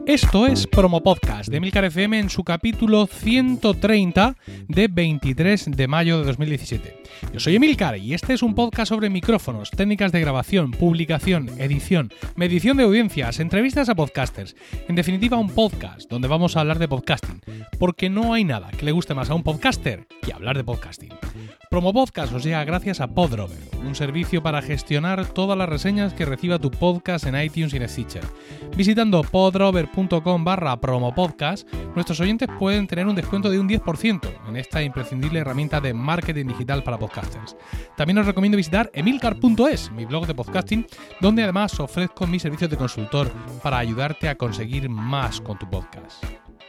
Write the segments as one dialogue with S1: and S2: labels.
S1: Esto es Promo Podcast de Emilcar FM en su capítulo 130 de 23 de mayo de 2017. Yo soy Emilcar y este es un podcast sobre micrófonos, técnicas de grabación, publicación, edición, medición de audiencias, entrevistas a podcasters. En definitiva, un podcast donde vamos a hablar de podcasting, porque no hay nada que le guste más a un podcaster que hablar de podcasting. Promo Podcast os llega gracias a Podrover, un servicio para gestionar todas las reseñas que reciba tu podcast en iTunes y en Stitcher. Visitando podrover.com/promopodcast, nuestros oyentes pueden tener un descuento de un 10% en esta imprescindible herramienta de marketing digital para podcasters. También os recomiendo visitar emilcar.es, mi blog de podcasting, donde además ofrezco mis servicios de consultor para ayudarte a conseguir más con tu podcast.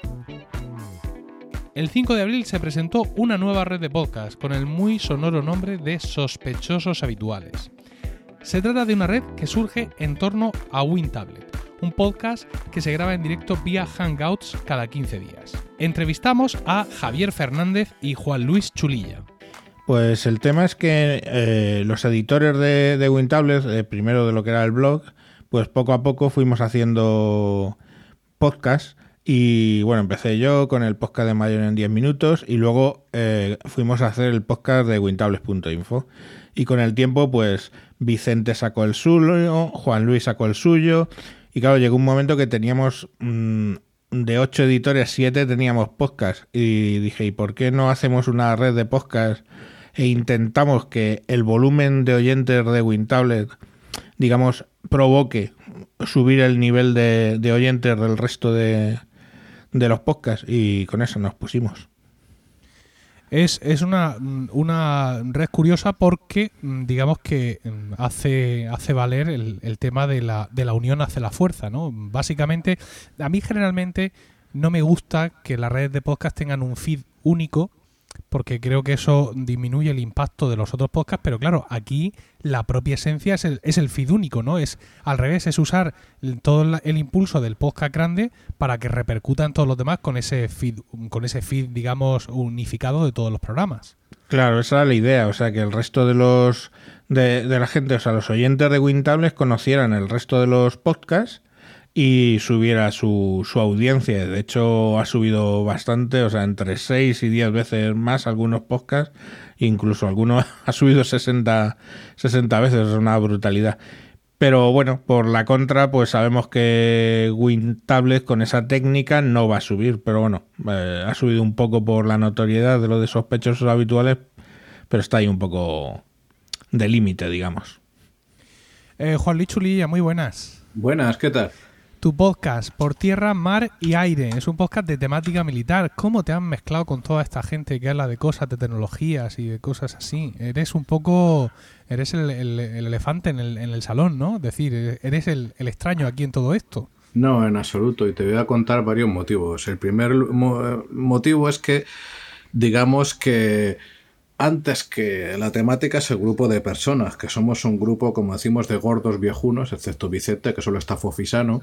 S1: El 5 de abril se presentó una nueva red de podcast con el muy sonoro nombre de Sospechosos Habituales. Se trata de una red que surge en torno a WinTablet, un podcast que se graba en directo vía Hangouts cada 15 días. Entrevistamos a Javier Fernández y Juan Luis Chulilla.
S2: Pues el tema es que los editores de WinTablet, primero de lo que era el blog, pues poco a poco fuimos haciendo podcasts. Y bueno, empecé yo con el podcast de Mayor en 10 minutos y luego fuimos a hacer el podcast de wintables.info. Y con el tiempo, pues Vicente sacó el suyo, Juan Luis sacó el suyo. Y claro, llegó un momento que teníamos de 8 editores, 7 teníamos podcast. Y dije, ¿y por qué no hacemos una red de podcast e intentamos que el volumen de oyentes de WinTablet, digamos, provoque subir el nivel de oyentes del resto de los podcasts? Y con eso nos pusimos.
S1: Es una red curiosa porque digamos que hace valer el tema de la unión hace la fuerza, ¿no? Básicamente, a mí generalmente no me gusta que las redes de podcast tengan un feed único, porque creo que eso disminuye el impacto de los otros podcasts, pero claro, aquí la propia esencia es el feed único, ¿no? Es al revés, es usar todo el impulso del podcast grande para que repercutan todos los demás con ese feed, digamos, unificado de todos los programas.
S2: Claro, esa era la idea, o sea, que el resto de la gente, o sea, los oyentes de WinTables conocieran el resto de los podcasts y subiera su audiencia. De hecho, ha subido bastante, o sea, entre 6 y 10 veces más algunos podcasts, incluso algunos ha subido 60 veces, es una brutalidad. Pero bueno, por la contra, pues sabemos que WinTablet con esa técnica no va a subir, pero bueno, ha subido un poco por la notoriedad de lo de Sospechosos Habituales, pero está ahí un poco de límite, digamos.
S1: Juan Luis Chulilla, muy buenas.
S3: Buenas, ¿qué tal?
S1: Tu podcast, Por Tierra, Mar y Aire, es un podcast de temática militar. ¿Cómo te han mezclado con toda esta gente que habla de cosas, de tecnologías y de cosas así? Eres el elefante en el salón, ¿no? Es decir, eres el extraño aquí en todo esto.
S3: No, en absoluto, y te voy a contar varios motivos. El primer motivo es que, digamos que antes que la temática es el grupo de personas, que somos un grupo, como decimos, de gordos viejunos, excepto Vicente, que solo está fofisano.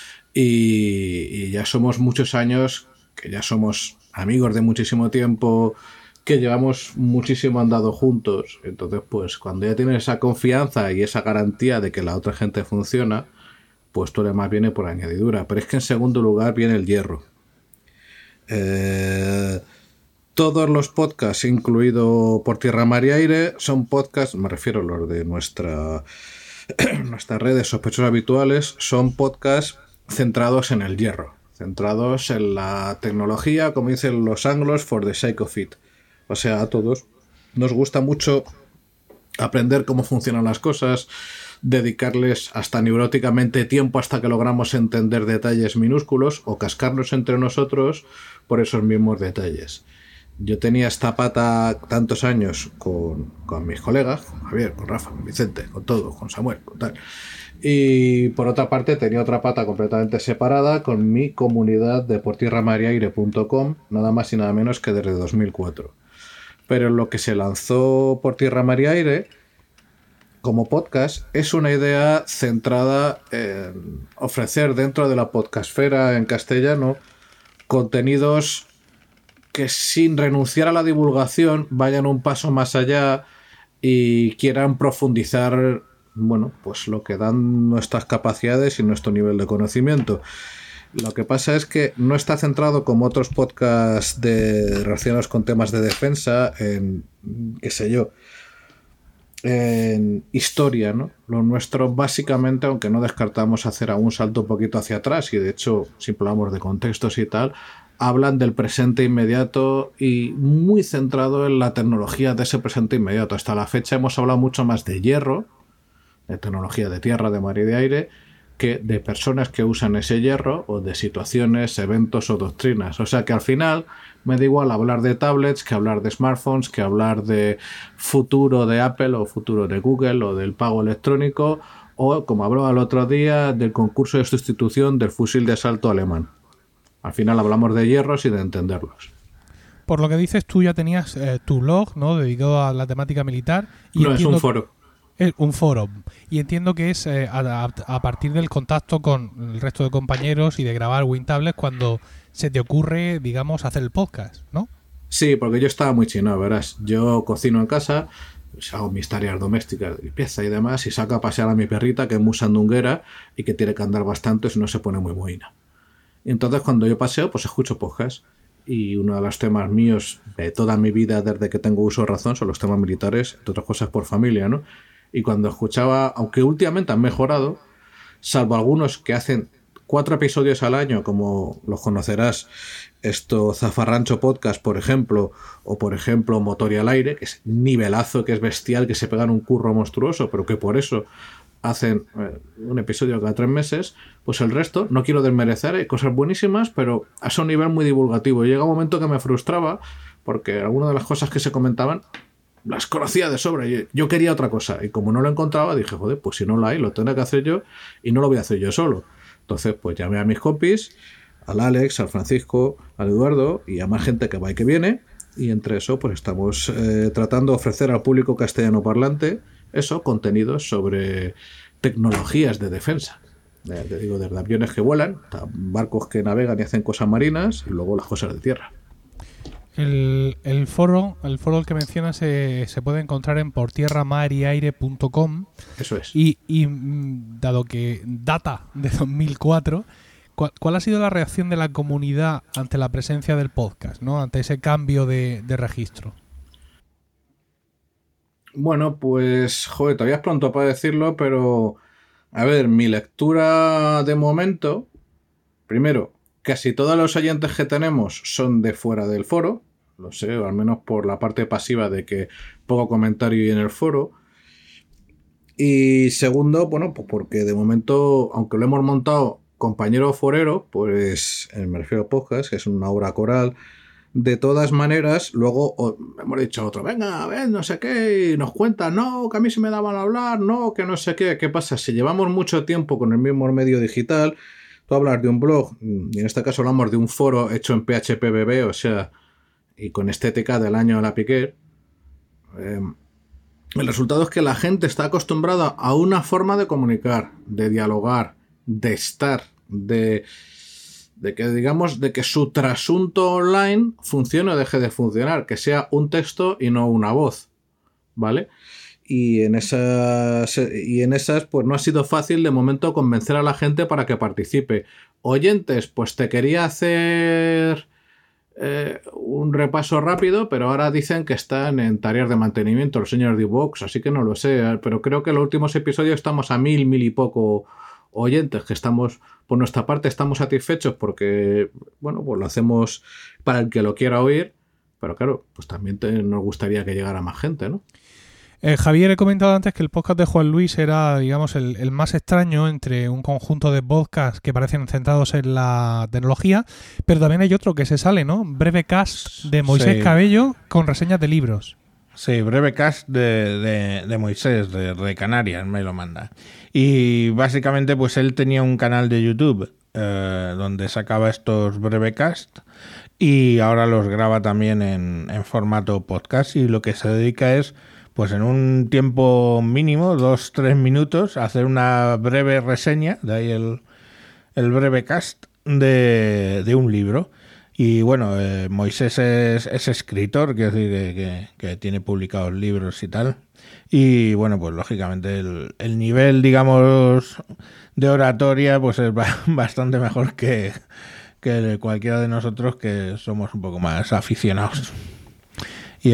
S3: Y ya somos muchos años, que ya somos amigos de muchísimo tiempo, que llevamos muchísimo andado juntos. Entonces, pues cuando ya tienes esa confianza y esa garantía de que la otra gente funciona, pues todo lo demás viene por añadidura. Pero es que en segundo lugar viene el hierro. Todos los podcasts, incluido Por Tierra, Mar y Aire, son podcasts, me refiero a los de nuestra red de Sospechosos Habituales, son podcasts centrados en el hierro, centrados en la tecnología, como dicen los anglos, for the sake of it. O sea, a todos nos gusta mucho aprender cómo funcionan las cosas, dedicarles hasta neuróticamente tiempo hasta que logramos entender detalles minúsculos o cascarnos entre nosotros por esos mismos detalles. Yo tenía esta pata tantos años con mis colegas, con Javier, con Rafa, con Vicente, con todo, con Samuel, con tal. Y por otra parte tenía otra pata completamente separada con mi comunidad de portierramariaire.com, nada más y nada menos que desde 2004. Pero en lo que se lanzó Por Tierra, Mar y Aire como podcast es una idea centrada en ofrecer dentro de la podcastfera en castellano contenidos que sin renunciar a la divulgación vayan un paso más allá y quieran profundizar, bueno, pues lo que dan nuestras capacidades y nuestro nivel de conocimiento. Lo que pasa es que no está centrado como otros podcasts relacionados con temas de defensa en, qué sé yo, en historia, ¿no? Lo nuestro básicamente, aunque no descartamos hacer algún salto un poquito hacia atrás, y de hecho siempre hablamos de contextos y tal, hablan del presente inmediato y muy centrado en la tecnología de ese presente inmediato. Hasta la fecha hemos hablado mucho más de hierro, de tecnología de tierra, de mar y de aire, que de personas que usan ese hierro o de situaciones, eventos o doctrinas. O sea que al final me da igual hablar de tablets que hablar de smartphones, que hablar de futuro de Apple o futuro de Google o del pago electrónico o, como hablaba el otro día, del concurso de sustitución del fusil de asalto alemán. Al final hablamos de hierros y de entenderlos.
S1: Por lo que dices, tú ya tenías tu blog, ¿no?, dedicado a la temática militar. Y
S3: no, es un foro.
S1: Es un foro. Y entiendo que es a partir del contacto con el resto de compañeros y de grabar WinTables cuando se te ocurre, digamos, hacer el podcast, ¿no?
S3: Sí, porque yo estaba muy chino, verás. Yo cocino en casa, pues hago mis tareas domésticas de limpieza y demás, y saco a pasear a mi perrita, que es muy sandunguera y que tiene que andar bastante si no se pone muy mohina. Y entonces cuando yo paseo, pues escucho podcast. Y uno de los temas míos de toda mi vida, desde que tengo uso de razón, son los temas militares, entre otras cosas por familia, ¿no? Y cuando escuchaba, aunque últimamente han mejorado, salvo algunos que hacen 4 episodios al año, como los conocerás, Zafarrancho Podcast, por ejemplo, o por ejemplo Motor y al Aire, que es nivelazo, que es bestial, que se pegan un curro monstruoso, pero que por eso hacen un episodio cada 3 meses, pues el resto, no quiero desmerecer, hay cosas buenísimas, pero a un nivel muy divulgativo. Y llega un momento que me frustraba, porque algunas de las cosas que se comentaban las conocía de sobra. Yo quería otra cosa. Y como no lo encontraba, dije, joder, pues si no la hay, lo tendré que hacer yo y no lo voy a hacer yo solo. Entonces, pues llamé a mis compis, al Alex, al Francisco, al Eduardo y a más gente que va y que viene. Y entre eso, pues estamos tratando de ofrecer al público castellano parlante contenidos sobre tecnologías de defensa. Te digo, desde aviones que vuelan, barcos que navegan y hacen cosas marinas y luego las cosas de tierra.
S1: El foro al que mencionas se puede encontrar en portierramariaire.com.
S3: Eso es.
S1: Y dado que data de 2004, ¿cuál ha sido la reacción de la comunidad ante la presencia del podcast, ¿no?, ante ese cambio de registro?
S3: Bueno, pues, joder, todavía es pronto para decirlo, pero a ver, mi lectura de momento, primero, casi todos los oyentes que tenemos son de fuera del foro, lo sé, o al menos por la parte pasiva de que poco comentario hay en el foro. Y segundo, bueno, pues porque de momento, aunque lo hemos montado compañero forero, pues me refiero a podcast, que es una obra coral, de todas maneras, luego hemos dicho a otro, venga, a ver, no sé qué, y nos cuenta, no, que a mí se me daban a hablar, no, que no sé qué. ¿Qué pasa? Si llevamos mucho tiempo con el mismo medio digital, tú hablas de un blog, y en este caso hablamos de un foro hecho en PHPBB, o sea, y con estética del año a la Piqué, el resultado es que la gente está acostumbrada a una forma de comunicar, de dialogar, de estar, de que, digamos, de que su trasunto online funcione o deje de funcionar, que sea un texto y no una voz, ¿vale? Y en esas, pues no ha sido fácil de momento convencer a la gente para que participe. Oyentes, pues te quería hacer un repaso rápido, pero ahora dicen que están en tareas de mantenimiento los señores de iVoox, así que no lo sé, pero creo que en los últimos episodios estamos a 1000 y poco oyentes, que estamos, por nuestra parte, estamos satisfechos porque, bueno, pues lo hacemos para el que lo quiera oír, pero claro, pues también nos gustaría que llegara más gente, ¿no?
S1: Javier, he comentado antes que el podcast de Juan Luis era, digamos, el más extraño entre un conjunto de podcasts que parecen centrados en la tecnología, pero también hay otro que se sale, ¿no? Brevecast de Moisés Cabello con reseñas de libros.
S2: Sí, Brevecast de Moisés, de Canarias, me lo manda. Y básicamente, pues él tenía un canal de YouTube donde sacaba estos Brevecast y ahora los graba también en formato podcast, y lo que se dedica es, pues en un tiempo mínimo, 2-3 minutos, hacer una breve reseña, de ahí el Brevecast de un libro. Y bueno, Moisés es escritor, quiero decir que tiene publicados libros y tal. Y bueno, pues lógicamente el nivel, digamos, de oratoria pues es bastante mejor que cualquiera de nosotros que somos un poco más aficionados. Y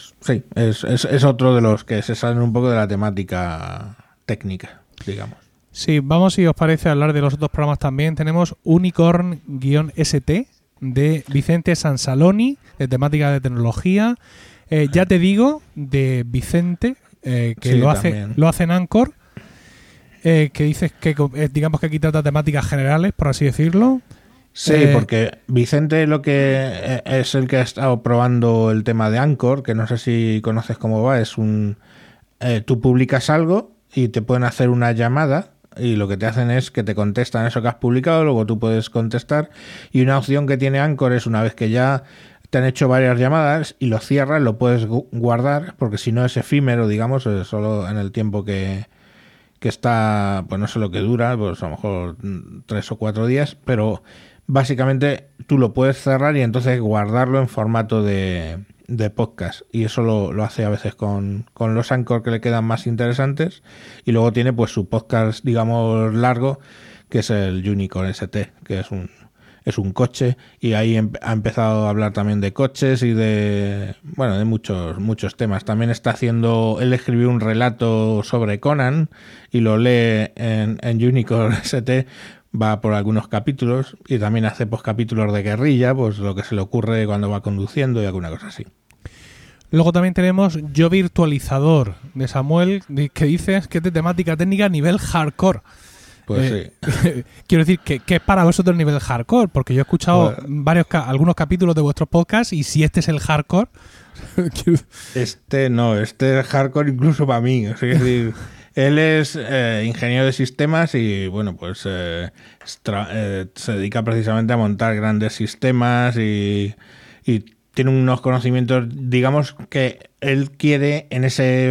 S2: es otro de los que se salen un poco de la temática técnica, digamos.
S1: Sí, vamos, si os parece, a hablar de los otros programas también. Tenemos Unicorn-ST de Vicente Sansaloni, de temática de tecnología. Ya te digo, de Vicente, que sí, lo hace en Anchor, que dices que digamos que aquí trata temáticas generales, por así decirlo.
S2: Sí, porque Vicente lo que es el que ha estado probando el tema de Anchor, que no sé si conoces cómo va, es tú publicas algo y te pueden hacer una llamada y lo que te hacen es que te contestan eso que has publicado, luego tú puedes contestar, y una opción que tiene Anchor es una vez que ya te han hecho varias llamadas y lo cierras, lo puedes guardar, porque si no es efímero, digamos, es solo en el tiempo que está, pues no sé lo que dura, pues a lo mejor 3 o 4 días, pero básicamente tú lo puedes cerrar y entonces guardarlo en formato de podcast, y eso lo hace a veces con los Anchor que le quedan más interesantes, y luego tiene pues su podcast, digamos, largo, que es el Unicorn ST, que es un coche, y ahí ha empezado a hablar también de coches y de muchos temas. También él escribió un relato sobre Conan y lo lee en Unicorn ST, va por algunos capítulos, y también hace capítulos de guerrilla, pues lo que se le ocurre cuando va conduciendo y alguna cosa así.
S1: Luego también tenemos Yo Virtualizador, de Samuel, que dice que es de temática técnica a nivel hardcore.
S2: Pues sí.
S1: Quiero decir que es para vosotros el nivel hardcore, porque yo he escuchado algunos capítulos de vuestros podcasts, y si este es el hardcore...
S2: Este es hardcore incluso para mí. O sea, es decir, él es ingeniero de sistemas y bueno, pues se dedica precisamente a montar grandes sistemas y tiene unos conocimientos, digamos, que él quiere en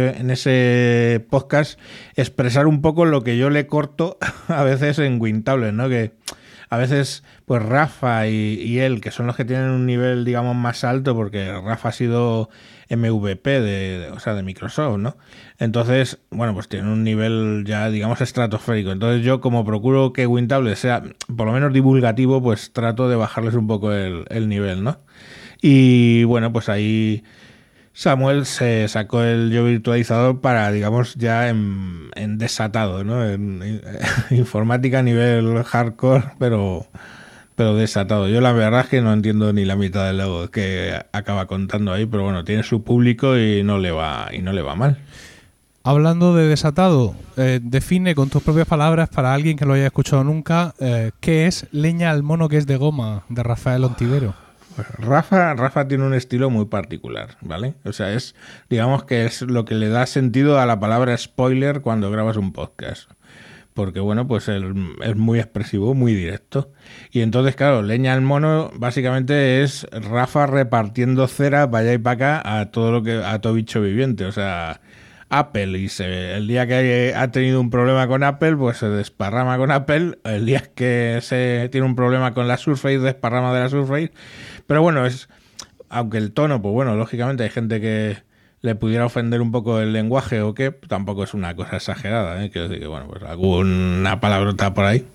S2: ese podcast expresar un poco lo que yo le corto a veces en Wintable, ¿no? Que a veces pues Rafa y él, que son los que tienen un nivel, digamos, más alto, porque Rafa ha sido MVP de Microsoft, ¿no? Entonces, bueno, pues tiene un nivel ya, digamos, estratosférico. Entonces yo, como procuro que Wintable sea por lo menos divulgativo, pues trato de bajarles un poco el nivel, ¿no? Y bueno, pues ahí Samuel se sacó el Yo Virtualizador para, digamos, ya en desatado, ¿no? En informática a nivel hardcore, pero desatado. Yo la verdad es que no entiendo ni la mitad de lo que acaba contando ahí, pero bueno, tiene su público y no le va mal.
S1: Hablando de desatado, define con tus propias palabras, para alguien que lo haya escuchado nunca, ¿qué es Leña al mono que es de goma, de Rafael Ontivero?
S2: Pues Rafa tiene un estilo muy particular, ¿vale? O sea, digamos que es lo que le da sentido a la palabra spoiler cuando grabas un podcast. Porque, bueno, pues él es muy expresivo, muy directo. Y entonces, claro, Leña al mono básicamente es Rafa repartiendo cera para allá y para acá a todo bicho viviente. O sea, Apple, el día que ha tenido un problema con Apple, pues se desparrama con Apple. El día que se tiene un problema con la Surface, desparrama de la Surface. Pero bueno, aunque el tono, pues bueno, lógicamente hay gente que le pudiera ofender un poco el lenguaje o qué, tampoco es una cosa exagerada, ¿eh? Quiero decir que, bueno, pues alguna palabrota por ahí.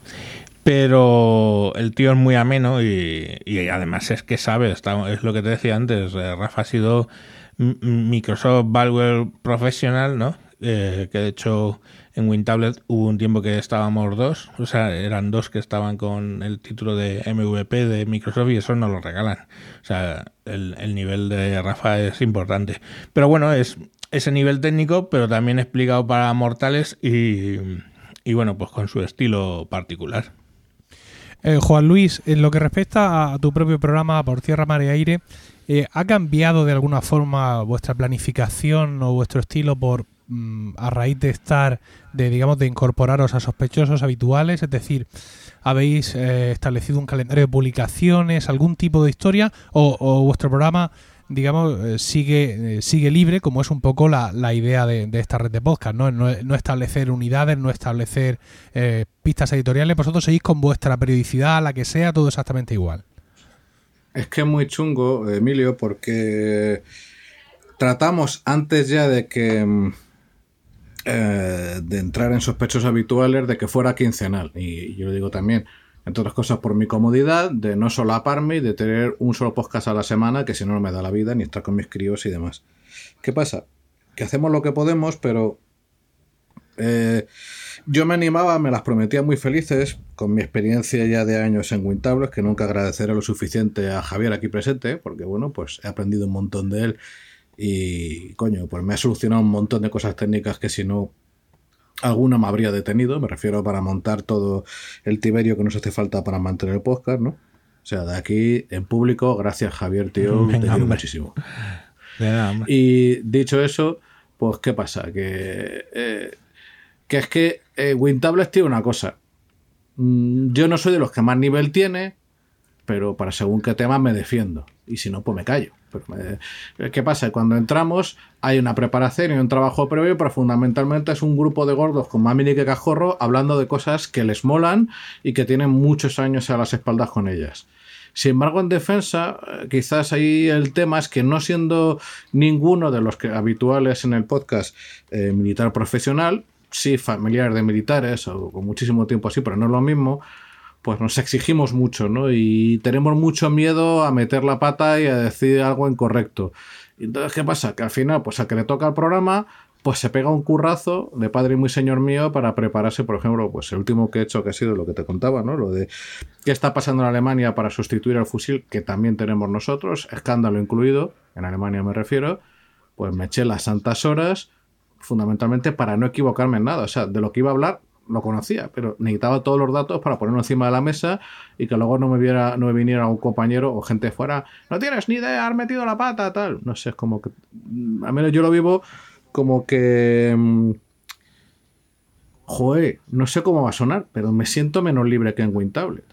S2: Pero el tío es muy ameno y además es que sabe, es lo que te decía antes, Rafa ha sido Microsoft Valware Professional, ¿no? Que de hecho en WinTablet hubo un tiempo que estábamos 2, o sea, eran 2 que estaban con el título de MVP de Microsoft y eso nos lo regalan. O sea, el nivel de Rafa es importante. Pero bueno, es ese nivel técnico, pero también explicado para mortales y bueno, pues con su estilo particular.
S1: Juan Luis, en lo que respecta a tu propio programa Por Tierra, Mar y Aire, ¿ha cambiado de alguna forma vuestra planificación o vuestro estilo a raíz de incorporaros a sospechosos habituales? Es decir, ¿habéis establecido un calendario de publicaciones, algún tipo de historia, o vuestro programa, digamos, sigue libre, como es un poco la idea de esta red de podcast, ¿no? No establecer unidades, no establecer pistas editoriales? Vosotros seguís con vuestra periodicidad, la que sea, todo exactamente igual.
S3: Es que es muy chungo, Emilio, porque tratamos antes ya de que de entrar en sospechosos habituales de que fuera quincenal. Y yo lo digo también, entre otras cosas, por mi comodidad, de no solaparme y de tener un solo podcast a la semana, que si no, no me da la vida, ni estar con mis críos y demás. ¿Qué pasa? Que hacemos lo que podemos, pero yo me animaba, me las prometía muy felices, con mi experiencia ya de años en Wintables, que nunca agradeceré lo suficiente a Javier aquí presente, porque bueno, pues he aprendido un montón de él y coño, pues me ha solucionado un montón de cosas técnicas que si no alguna me habría detenido, me refiero para montar todo el tiberio que nos hace falta para mantener el podcast, ¿no? O sea, de aquí en público, gracias Javier, tío, te quiero muchísimo. Y dicho eso, pues ¿qué pasa? Que es que Wintables tiene una cosa. Yo no soy de los que más nivel tiene, pero para según qué temas me defiendo. Y si no, pues me callo. Pero ¿qué pasa? Cuando entramos hay una preparación y un trabajo previo, pero fundamentalmente es un grupo de gordos con más mini que cajorro hablando de cosas que les molan y que tienen muchos años a las espaldas con ellas. Sin embargo, en defensa, quizás ahí el tema es que no siendo ninguno de los que habituales en el podcast militar profesional, sí familiar de militares o con muchísimo tiempo así, pero no es lo mismo, pues nos exigimos mucho, ¿no? Y tenemos mucho miedo a meter la pata y a decir algo incorrecto. Y entonces, ¿qué pasa? Que al final, pues a que le toca el programa, pues se pega un currazo de padre y muy señor mío para prepararse, por ejemplo, pues el último que he hecho, que ha sido lo que te contaba, ¿no? Lo de qué está pasando en Alemania para sustituir al fusil, que también tenemos nosotros, escándalo incluido, en Alemania me refiero, pues me eché las santas horas, fundamentalmente para no equivocarme en nada. O sea, de lo que iba a hablar lo conocía, pero necesitaba todos los datos para ponerlo encima de la mesa y que luego no me viniera un compañero o gente fuera, no tienes ni idea, has metido la pata, tal. No sé, es como que al menos yo lo vivo como que joder, no sé cómo va a sonar, pero me siento menos libre que en WinTablet.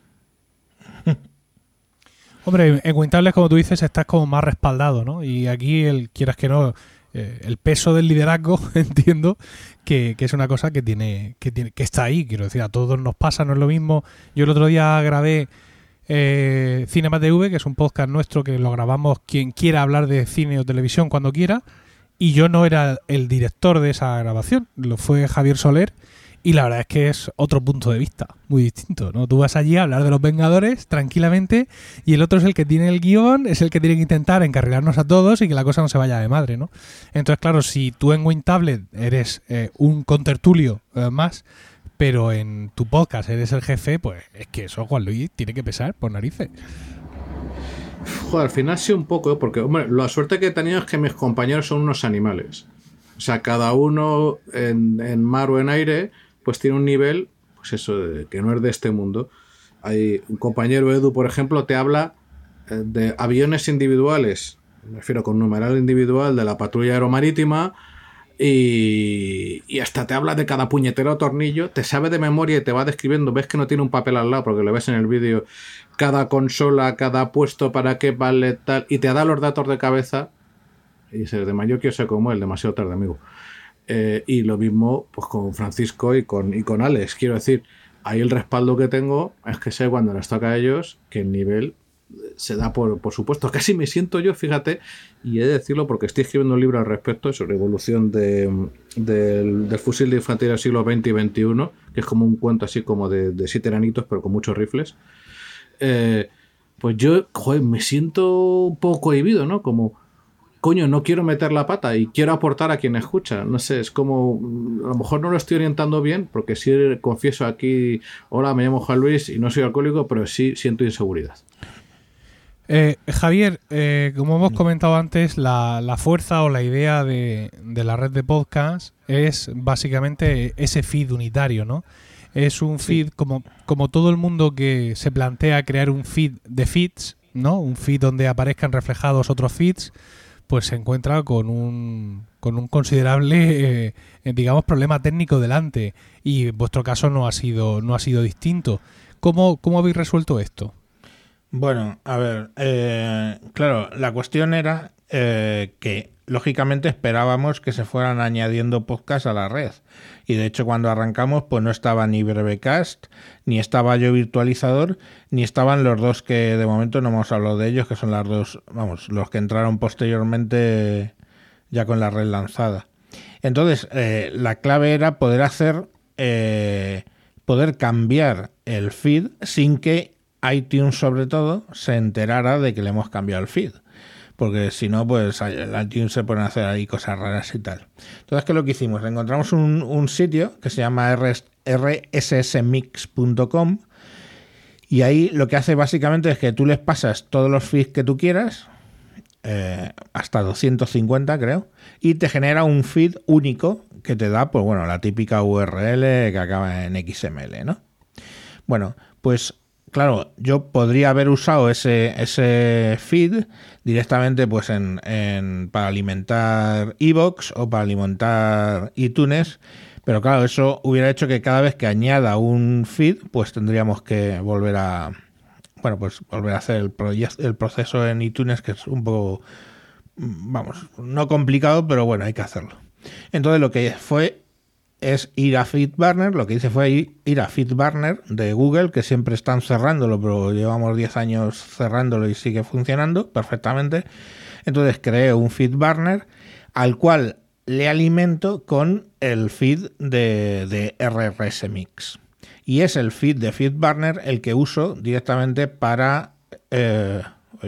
S1: Hombre, en Wintables, como tú dices, estás como más respaldado, ¿no? Y aquí, quieras que no, el peso del liderazgo, entiendo que es una cosa que está ahí. Quiero decir, a todos nos pasa, no es lo mismo. Yo el otro día grabé Cinema TV, que es un podcast nuestro que lo grabamos quien quiera hablar de cine o televisión cuando quiera, y yo no era el director de esa grabación, lo fue Javier Soler, y la verdad es que es otro punto de vista, muy distinto, ¿no? Tú vas allí a hablar de los Vengadores tranquilamente y el otro es el que tiene el guión, es el que tiene que intentar encarrilarnos a todos y que la cosa no se vaya de madre, ¿no? Entonces, claro, si tú en WinTablet eres un contertulio más, pero en tu podcast eres el jefe, pues es que eso, Juan Luis, tiene que pesar por narices.
S3: Joder, al final sí un poco, porque, hombre, la suerte que he tenido es que mis compañeros son unos animales. O sea, cada uno en mar o en aire pues tiene un nivel, pues eso, que no es de este mundo. Hay un compañero, Edu, por ejemplo, te habla de aviones individuales, me refiero con numeral individual de la patrulla aeromarítima, y hasta te habla de cada puñetero tornillo, te sabe de memoria y te va describiendo, ves que no tiene un papel al lado porque lo ves en el vídeo, cada consola, cada puesto, para qué vale tal, y te da los datos de cabeza, y dices, de mayor quiero ser como él, demasiado tarde, amigo. Y lo mismo pues con Francisco y con Alex. Quiero decir, ahí el respaldo que tengo es que sé cuando les toca a ellos que el nivel se da por supuesto. Casi me siento yo, fíjate, y he de decirlo porque estoy escribiendo un libro al respecto sobre evolución del fusil de infantería del siglo XX y XXI, que es como un cuento así como de 7 enanitos pero con muchos rifles. Pues yo, joder, me siento un poco cohibido, ¿no? Como coño, no quiero meter la pata y quiero aportar a quien escucha. No sé, es como, a lo mejor no lo estoy orientando bien, porque sí confieso aquí, hola, me llamo Juan Luis y no soy alcohólico, pero sí siento inseguridad.
S1: Javier, como hemos comentado antes, la fuerza o la idea de la red de podcast es básicamente ese feed unitario, ¿no? Es un feed como todo el mundo que se plantea crear un feed de feeds, ¿no? Un feed donde aparezcan reflejados otros feeds, pues se encuentra con un considerable, digamos, problema técnico delante. Y en vuestro caso no ha sido distinto. ¿Cómo habéis resuelto esto?
S2: Bueno, a ver, claro, la cuestión era que lógicamente esperábamos que se fueran añadiendo podcasts a la red. Y de hecho cuando arrancamos pues no estaba ni Brevecast, ni estaba Yo Virtualizador, ni estaban los dos que de momento no hemos hablado de ellos, que son las dos, vamos, los que entraron posteriormente ya con la red lanzada. Entonces la clave era poder hacer, poder cambiar el feed sin que iTunes sobre todo se enterara de que le hemos cambiado el feed. Porque si no, pues el iTunes se pone a hacer ahí cosas raras y tal. Entonces, ¿qué es lo que hicimos? Encontramos un sitio que se llama rssmix.com y ahí lo que hace básicamente es que tú les pasas todos los feeds que tú quieras, hasta 250 creo, y te genera un feed único que te da, pues bueno, la típica URL que acaba en XML, ¿no? Bueno, pues claro, yo podría haber usado ese feed directamente pues para alimentar iVoox o para alimentar iTunes, pero claro, eso hubiera hecho que cada vez que añada un feed, pues tendríamos que volver a hacer el proceso en iTunes, que es un poco, vamos, no complicado, pero bueno, hay que hacerlo. Entonces lo que fue es ir a FeedBurner, lo que hice fue ir a FeedBurner de Google, que siempre están cerrándolo, pero llevamos 10 años cerrándolo y sigue funcionando perfectamente. Entonces creé un FeedBurner al cual le alimento con el feed de RSSmix. Y es el feed de FeedBurner el que uso directamente para... ¿qué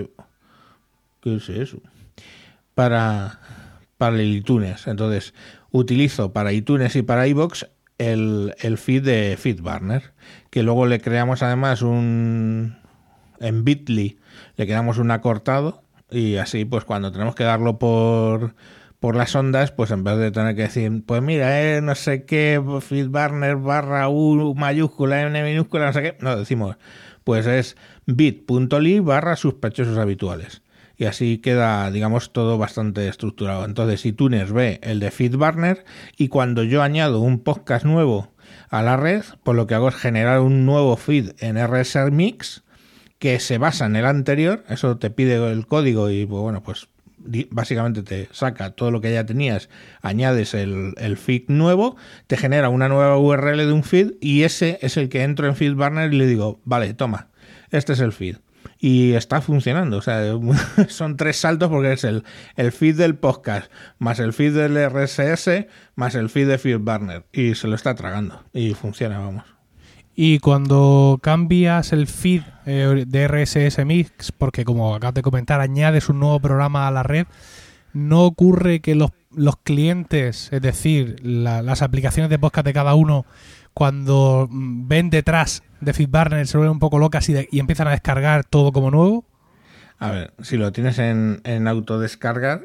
S2: es eso? Para el iTunes. Entonces utilizo para iTunes y para iVoox el feed de FeedBurner, que luego le creamos además en Bitly le creamos un acortado y así pues cuando tenemos que darlo por las ondas, pues en vez de tener que decir, pues mira, no sé qué, FeedBurner /U mayúscula, N minúscula, no sé qué, no, decimos, pues es bit.ly /sospechosos habituales. Y así queda, digamos, todo bastante estructurado. Entonces, iTunes ve el de FeedBurner y cuando yo añado un podcast nuevo a la red, pues lo que hago es generar un nuevo feed en RSSmix que se basa en el anterior. Eso te pide el código y, pues bueno, pues básicamente te saca todo lo que ya tenías, añades el feed nuevo, te genera una nueva URL de un feed y ese es el que entro en FeedBurner y le digo, vale, toma, este es el feed. Y está funcionando, o sea, son 3 saltos porque es el feed del podcast, más el feed del RSS, más el feed de FeedBurner, y se lo está tragando, y funciona, vamos.
S1: Y cuando cambias el feed de RSSmix, porque como acabas de comentar, añades un nuevo programa a la red, ¿no ocurre que los clientes, es decir, las aplicaciones de podcast de cada uno, cuando ven detrás de FeedBurner se vuelven un poco locas y empiezan a descargar todo como nuevo?
S2: A ver, si lo tienes en autodescargar,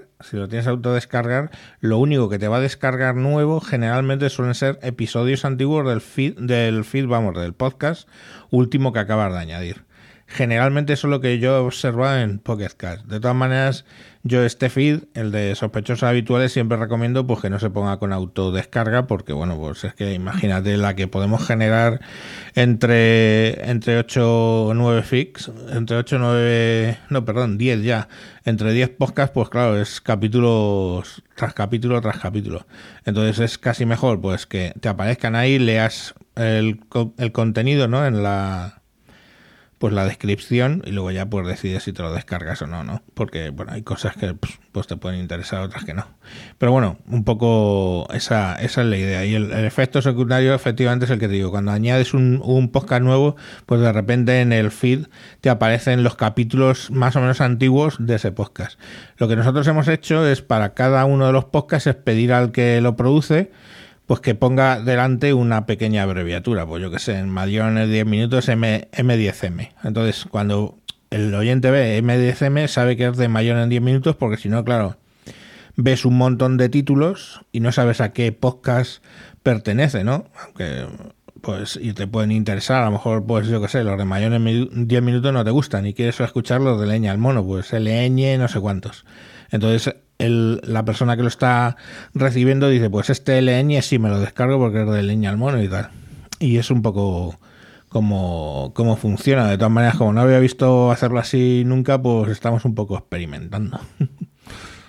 S2: lo único que te va a descargar nuevo generalmente suelen ser episodios antiguos del feed, del podcast último que acabas de añadir. Generalmente eso es lo que yo he observado en Pocket Cast. De todas maneras, yo este feed, el de sospechosos habituales, siempre recomiendo pues que no se ponga con autodescarga, porque bueno, pues es que imagínate la que podemos generar entre 8 o 9 feeds, entre 8 o 9, no, perdón, 10 ya, entre 10 podcasts, pues claro, es capítulos tras capítulo tras capítulo. Entonces es casi mejor pues que te aparezcan ahí, leas el contenido, ¿no? En la descripción y luego ya pues decides si te lo descargas o no, porque bueno, hay cosas que pues te pueden interesar, otras que no, pero bueno, un poco esa es la idea. Y el efecto secundario efectivamente es el que te digo, cuando añades un podcast nuevo, pues de repente en el feed te aparecen los capítulos más o menos antiguos de ese podcast. Lo que nosotros hemos hecho es para cada uno de los podcasts es pedir al que lo produce pues que ponga delante una pequeña abreviatura, pues yo que sé, en mayores 10 minutos M10M. Entonces, cuando el oyente ve M10M, sabe que es de mayor en 10 minutos, porque si no, claro, ves un montón de títulos y no sabes a qué podcast pertenece, ¿no? Aunque, pues, y te pueden interesar, a lo mejor, pues yo que sé, los de mayor en 10 minutos no te gustan y quieres escuchar los de Leña al Mono, pues LN no sé cuántos. Entonces, la persona que lo está recibiendo dice, pues este LN sí me lo descargo porque es de Leña al Mono y tal. Y es un poco como funciona. De todas maneras, como no había visto hacerlo así nunca, pues estamos un poco experimentando.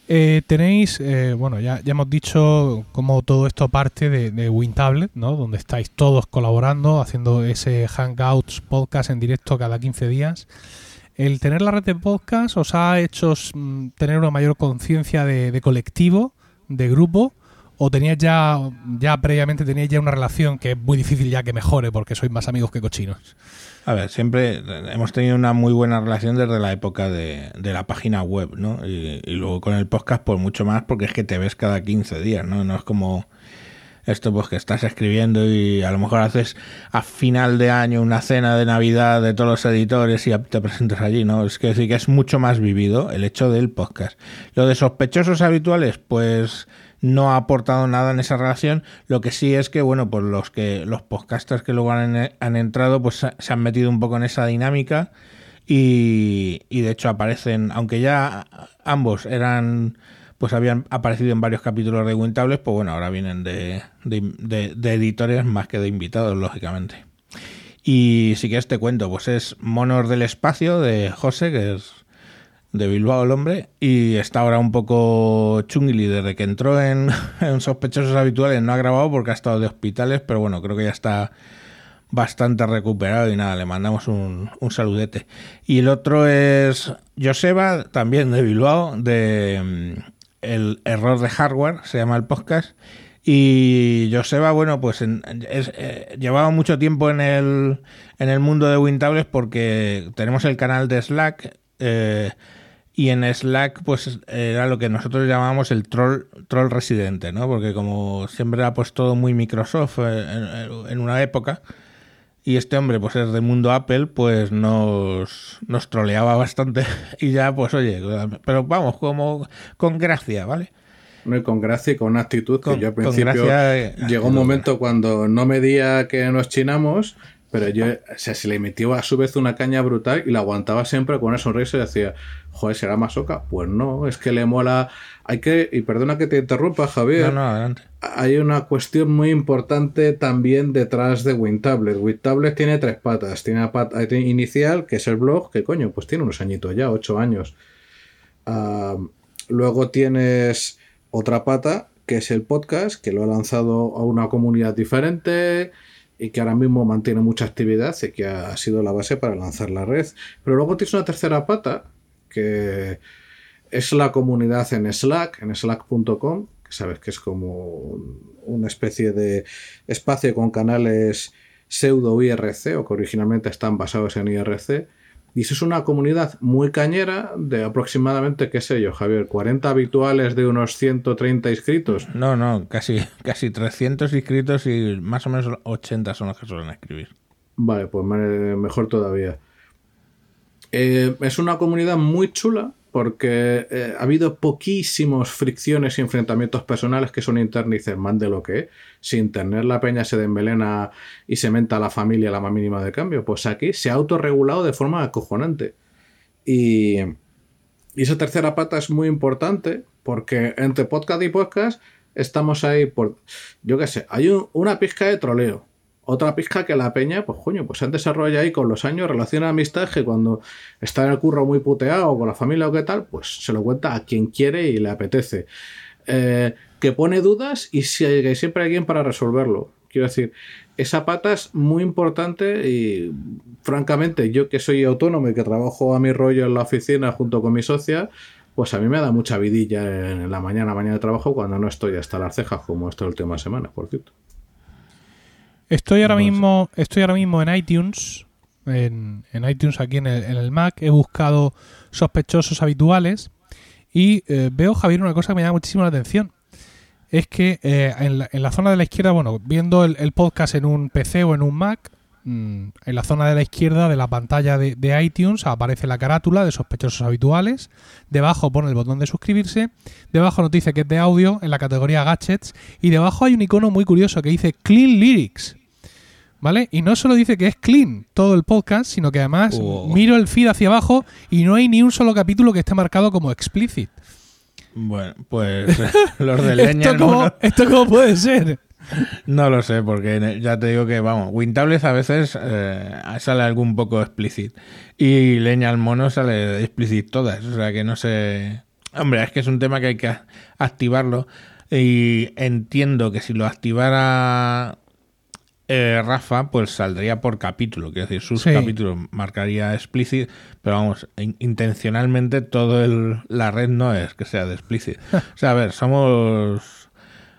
S1: Tenéis, bueno, ya hemos dicho cómo todo esto parte de WinTablet, ¿no? Donde estáis todos colaborando, haciendo ese Hangouts podcast en directo cada 15 días. ¿El tener la red de podcast os ha hecho tener una mayor conciencia de colectivo, de grupo? ¿O teníais ya previamente teníais ya una relación que es muy difícil ya que mejore porque sois más amigos que cochinos?
S2: A ver, siempre hemos tenido una muy buena relación desde la época de la página web, ¿no? Y luego con el podcast, pues mucho más, porque es que te ves cada 15 días, ¿no? No es como esto, pues que estás escribiendo y a lo mejor haces a final de año una cena de Navidad de todos los editores y te presentas allí, ¿no? Es que sí que es mucho más vivido el hecho del podcast. Lo de sospechosos habituales, pues no ha aportado nada en esa relación. Lo que sí es que, bueno, pues los podcasters que luego han entrado, pues se han metido un poco en esa dinámica y de hecho aparecen, aunque ya ambos pues habían aparecido en varios capítulos de WinTables, pues bueno, ahora vienen de editores más que de invitados, lógicamente. Y si quieres te cuento, pues es Monos del Espacio de José, que es de Bilbao el hombre, y está ahora un poco chungli desde que entró en Sospechosos Habituales. No ha grabado porque ha estado de hospitales, pero bueno, creo que ya está bastante recuperado y nada, le mandamos un saludete. Y el otro es Joseba, también de Bilbao, de El Error de Hardware, se llama el podcast. Y Joseba, bueno, pues llevaba mucho tiempo en el mundo de WinTables porque tenemos el canal de Slack, y en Slack pues era lo que nosotros llamábamos el troll residente, ¿no? Porque como siempre era pues todo muy Microsoft en una época, y este hombre pues es del mundo Apple, pues nos troleaba bastante y ya pues oye, pero vamos, como con gracia, ¿vale?
S3: No, y con gracia y con una actitud que yo al principio llegó un
S2: actitud,
S3: momento cuando no medía que nos chinamos, pero yo, o sea, se le metió a su vez una caña brutal y la aguantaba siempre con una sonrisa y decía, joder, ¿será masoca? Pues no, es que le mola. Y perdona que te interrumpa, Javier.
S2: No, adelante.
S3: Hay una cuestión muy importante también detrás de WinTablet. WinTablet tiene 3 patas. Tiene la pata inicial, que es el blog, que coño, pues tiene unos añitos ya, 8 años. Luego tienes otra pata, que es el podcast, que lo ha lanzado a una comunidad diferente y que ahora mismo mantiene mucha actividad y que ha sido la base para lanzar la red. Pero luego tienes una tercera pata, que es la comunidad en Slack, en slack.com, que sabes que es como una especie de espacio con canales pseudo IRC, o que originalmente están basados en IRC. Y eso es una comunidad muy cañera de aproximadamente, qué sé yo, Javier, 40 habituales de unos 130 inscritos.
S2: No, casi 300 inscritos y más o menos 80 son los que suelen escribir.
S3: Vale, pues mejor todavía. Es una comunidad muy chula porque ha habido poquísimos fricciones y enfrentamientos personales que son internos y dicen, mande lo que es. Sin tener la peña se desmelena y se menta a la familia a la más mínima de cambio. Pues aquí se ha autorregulado de forma acojonante. Y esa tercera pata es muy importante porque entre podcast y podcast estamos ahí por, yo qué sé, hay una pizca de troleo. Otra pizca que la peña, pues coño, pues se han desarrollado ahí con los años relación de amistad que cuando está en el curro muy puteado con la familia o qué tal, pues se lo cuenta a quien quiere y le apetece. Que pone dudas y siempre hay alguien para resolverlo. Quiero decir, esa pata es muy importante y francamente yo que soy autónomo y que trabajo a mi rollo en la oficina junto con mi socia, pues a mí me da mucha vidilla en la mañana de trabajo cuando no estoy hasta las cejas como esta última semana, por cierto.
S1: Estoy ahora mismo en iTunes, en iTunes aquí en el Mac. He buscado sospechosos habituales y veo, Javier, una cosa que me llama muchísimo la atención. Es que en la zona de la izquierda, bueno, viendo el podcast en un PC o en un Mac, en la zona de la izquierda de la pantalla de iTunes aparece la carátula de sospechosos habituales. Debajo pone el botón de suscribirse. Debajo nos dice que es de audio en la categoría Gadgets. Y debajo hay un icono muy curioso que dice Clean Lyrics. ¿Vale? Y no solo dice que es clean todo el podcast, sino que además miro el feed hacia abajo y no hay ni un solo capítulo que esté marcado como explicit.
S2: Bueno, pues los de leña...
S1: ¿Esto cómo puede ser?
S2: No lo sé, porque ya te digo que, vamos, WinTables a veces sale algo un poco explicit y leña al mono sale explicit todas, o sea que no sé Hombre, es que es un tema que hay que activarlo y entiendo que si lo activara Rafa, pues saldría por capítulo, quiero decir, sus capítulos marcaría explicit, pero vamos, intencionalmente la red no es que sea de explicit. O sea, a ver, somos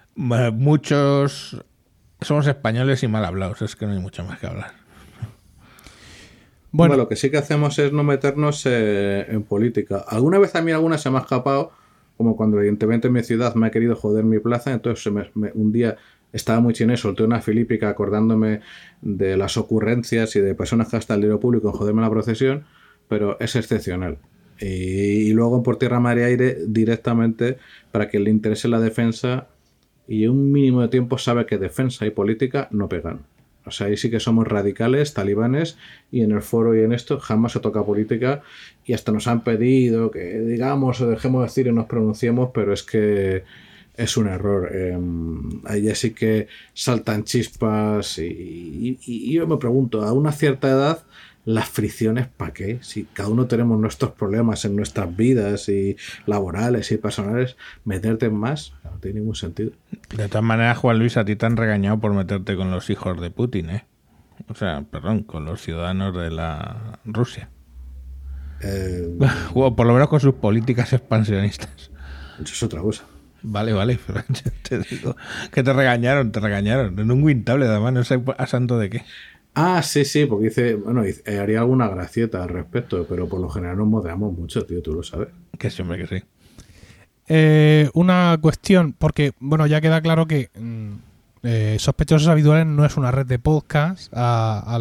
S2: españoles y mal hablados, es que no hay mucho más que hablar.
S3: Bueno, lo que sí que hacemos es no meternos en política. Alguna vez a mí alguna se me ha escapado, como cuando evidentemente en mi ciudad me ha querido joder mi plaza, entonces un día estaba muy chino y solté una filípica acordándome de las ocurrencias y de personas que hasta el dinero público en joderme la procesión, pero es excepcional. Y luego en Por Tierra, Mar y Aire directamente para que le interese la defensa y un mínimo de tiempo sabe que defensa y política no pegan. O sea, ahí sí que somos radicales, talibanes, y en el foro y en esto jamás se toca política y hasta nos han pedido que digamos o dejemos de decir y nos pronunciemos, pero es que es un error. Ahí ya sí que saltan chispas y yo me pregunto, a una cierta edad, las fricciones ¿para qué? Si cada uno tenemos nuestros problemas en nuestras vidas y laborales y personales, meterte en más no tiene ningún sentido.
S2: De todas maneras, Juan Luis, a ti te han regañado por meterte con los hijos de Putin, ¿eh? O sea, perdón, con los ciudadanos de la Rusia. O por lo menos con sus políticas expansionistas.
S3: Eso es otra cosa.
S2: Vale, pero yo te digo que te regañaron en un Wintable, además, no sé a santo de qué.
S3: Ah, sí, porque haría alguna gracieta al respecto, pero por lo general nos moderamos mucho, tío, tú lo sabes.
S2: Que sí, hombre, que sí.
S1: Una cuestión, porque, bueno, ya queda claro que Sospechosos Habituales no es una red de podcast a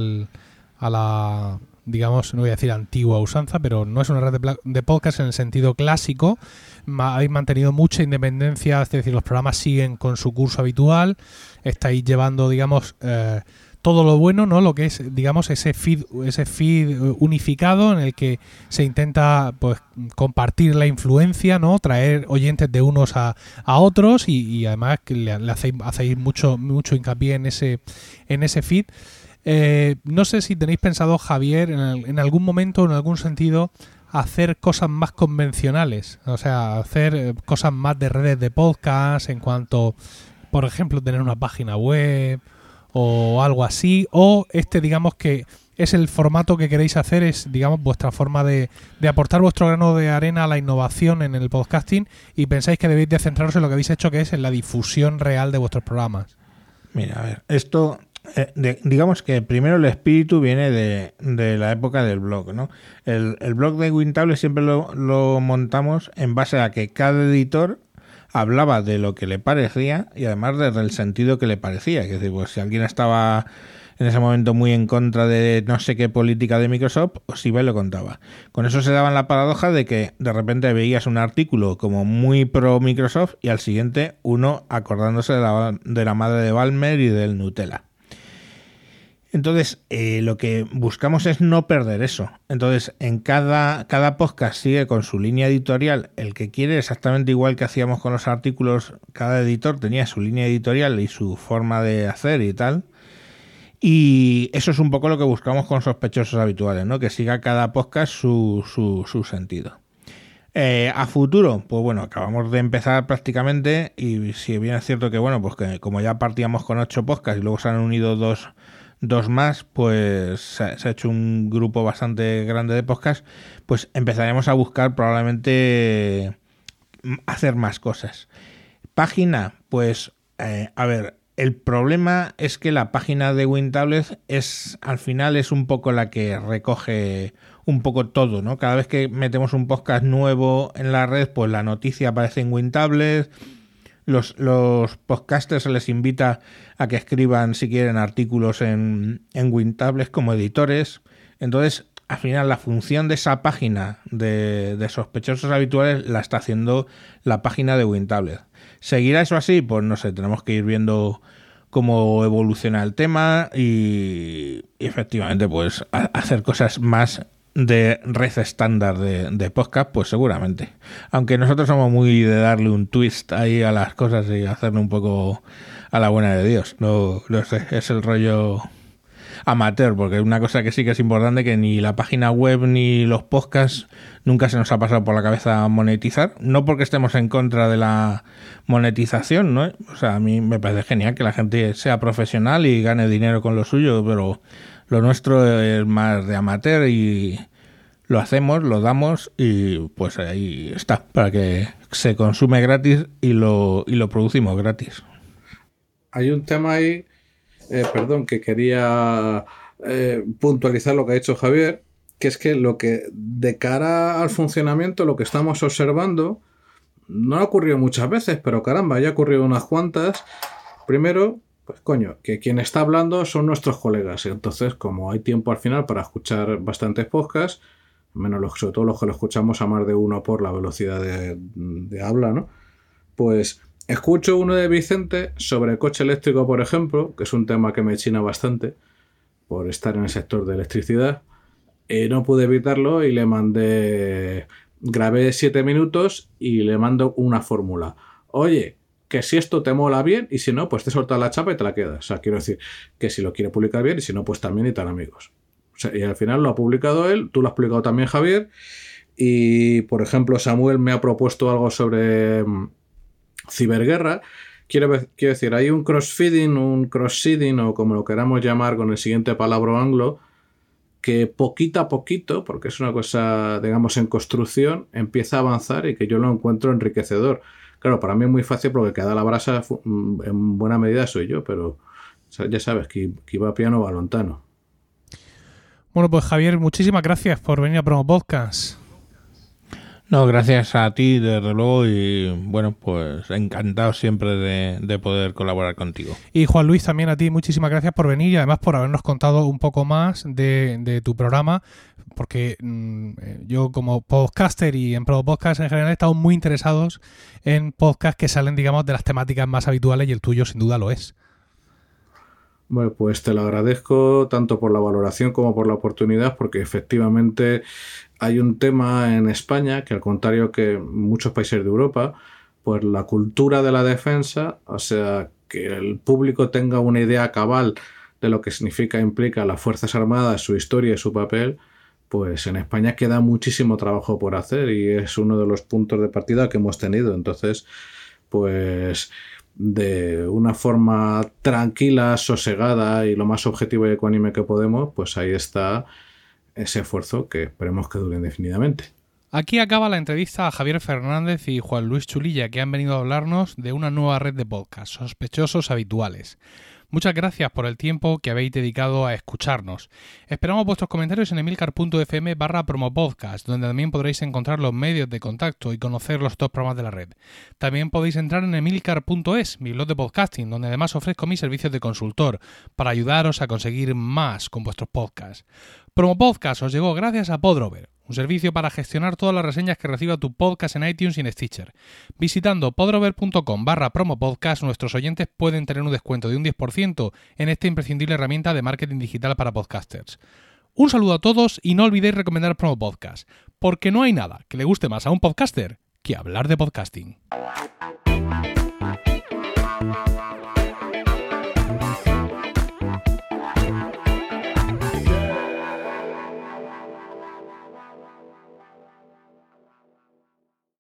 S1: la, digamos, no voy a decir antigua usanza, pero no es una red de podcast en el sentido clásico. Habéis mantenido mucha independencia, es decir, los programas siguen con su curso habitual, estáis llevando, digamos, todo lo bueno, ¿no? Lo que es, digamos, ese feed unificado en el que se intenta, pues, compartir la influencia, ¿no? Traer oyentes de unos a otros y además que le hacéis mucho hincapié en ese feed. No sé si tenéis pensado, Javier, en algún momento, en algún sentido, hacer cosas más convencionales, o sea, hacer cosas más de redes de podcast en cuanto, por ejemplo, tener una página web o algo así, o digamos que es el formato que queréis hacer, es, digamos, vuestra forma de aportar vuestro grano de arena a la innovación en el podcasting y pensáis que debéis de centraros en lo que habéis hecho, que es en la difusión real de vuestros programas.
S2: Mira, a ver, esto, digamos que primero el espíritu viene de la época del blog, ¿no? El blog de Wintable siempre lo montamos en base a que cada editor hablaba de lo que le parecía y además del sentido que le parecía. Es decir, pues si alguien estaba en ese momento muy en contra de no sé qué política de Microsoft, os iba y lo contaba. Con eso se daban la paradoja de que de repente veías un artículo como muy pro Microsoft y al siguiente uno acordándose de la madre de Ballmer y del Nutella. Entonces, lo que buscamos es no perder eso. Entonces, en cada podcast sigue con su línea editorial. El que quiere, exactamente igual que hacíamos con los artículos, cada editor tenía su línea editorial y su forma de hacer y tal. Y eso es un poco lo que buscamos con Sospechosos Habituales, ¿no? Que siga cada podcast su sentido. A futuro, pues bueno, acabamos de empezar prácticamente y si bien es cierto que, bueno, pues que como ya partíamos con 8 podcasts y luego se han unido dos más, pues se ha hecho un grupo bastante grande de podcast, pues empezaremos a buscar probablemente hacer más cosas. Página, pues a ver, el problema es que la página de Wintable al final es un poco la que recoge un poco todo, ¿no? Cada vez que metemos un podcast nuevo en la red, pues la noticia aparece en Wintable. Los podcasters se les invita a que escriban, si quieren, artículos en Wintable como editores. Entonces, al final, la función de esa página de Sospechosos Habituales la está haciendo la página de Wintable. ¿Seguirá eso así? Pues no sé, tenemos que ir viendo cómo evoluciona el tema y efectivamente, pues hacer cosas más de red estándar de podcast, pues seguramente. Aunque nosotros somos muy de darle un twist ahí a las cosas y hacerle un poco a la buena de Dios. No sé, es el rollo amateur, porque una cosa que sí que es importante, que ni la página web ni los podcasts nunca se nos ha pasado por la cabeza monetizar, no porque estemos en contra de la monetización, ¿no? O sea, a mí me parece genial que la gente sea profesional y gane dinero con lo suyo, pero lo nuestro es más de amateur y lo hacemos, lo damos y pues ahí está, para que se consume gratis y lo producimos gratis.
S3: Hay un tema ahí, que quería puntualizar lo que ha dicho Javier, que es que lo que de cara al funcionamiento, lo que estamos observando, no ha ocurrido muchas veces, pero caramba, ya ha ocurrido unas cuantas. Primero, pues coño, que quien está hablando son nuestros colegas, entonces como hay tiempo al final para escuchar bastantes podcasts, menos sobre todo los que lo escuchamos a más de uno por la velocidad de habla, ¿no? Pues escucho uno de Vicente sobre coche eléctrico, por ejemplo, que es un tema que me china bastante por estar en el sector de electricidad. No pude evitarlo y le mandé... Grabé 7 minutos y le mando una fórmula. Oye, que si esto te mola bien y si no, pues te sueltas la chapa y te la quedas. O sea, quiero decir que si lo quiere publicar bien y si no, pues también y tan amigos. O sea, y al final lo ha publicado él, tú lo has publicado también, Javier. Y, por ejemplo, Samuel me ha propuesto algo sobre ciberguerra. Quiero decir, hay un crossfeeding, un cross-seeding o como lo queramos llamar con el siguiente palabra anglo, que poquito a poquito, porque es una cosa, digamos, en construcción, empieza a avanzar y que yo lo encuentro enriquecedor. Claro, para mí es muy fácil porque queda la brasa en buena medida soy yo, pero ya sabes que iba piano va lontano.
S1: Bueno, pues Javier, muchísimas gracias por venir a Promo Podcast.
S2: No, gracias a ti, desde luego, y bueno, pues encantado siempre de poder colaborar contigo.
S1: Y Juan Luis, también a ti, muchísimas gracias por venir y además por habernos contado un poco más de tu programa, porque yo como podcaster y en Promo Podcast en general estamos muy interesados en podcasts que salen, digamos, de las temáticas más habituales y el tuyo sin duda lo es.
S3: Bueno, pues te lo agradezco tanto por la valoración como por la oportunidad, porque efectivamente hay un tema en España que, al contrario que en muchos países de Europa, pues la cultura de la defensa, o sea, que el público tenga una idea cabal de lo que significa, implica las Fuerzas Armadas, su historia y su papel, pues en España queda muchísimo trabajo por hacer y es uno de los puntos de partida que hemos tenido. Entonces, pues de una forma tranquila, sosegada y lo más objetivo y ecuánime que podemos, pues ahí está ese esfuerzo que esperemos que dure indefinidamente.
S1: Aquí acaba la entrevista a Javier Fernández y Juan Luis Chulilla, que han venido a hablarnos de una nueva red de podcasts, Sospechosos Habituales. Muchas gracias por el tiempo que habéis dedicado a escucharnos. Esperamos vuestros comentarios en emilcar.fm/promopodcast, donde también podréis encontrar los medios de contacto y conocer los dos programas de la red. También podéis entrar en emilcar.es, mi blog de podcasting, donde además ofrezco mis servicios de consultor para ayudaros a conseguir más con vuestros podcasts. Promopodcast os llegó gracias a Podrover, un servicio para gestionar todas las reseñas que reciba tu podcast en iTunes y en Stitcher. Visitando podrover.com/promopodcast, nuestros oyentes pueden tener un descuento de un 10% en esta imprescindible herramienta de marketing digital para podcasters. Un saludo a todos y no olvidéis recomendar Promopodcast, porque no hay nada que le guste más a un podcaster que hablar de podcasting.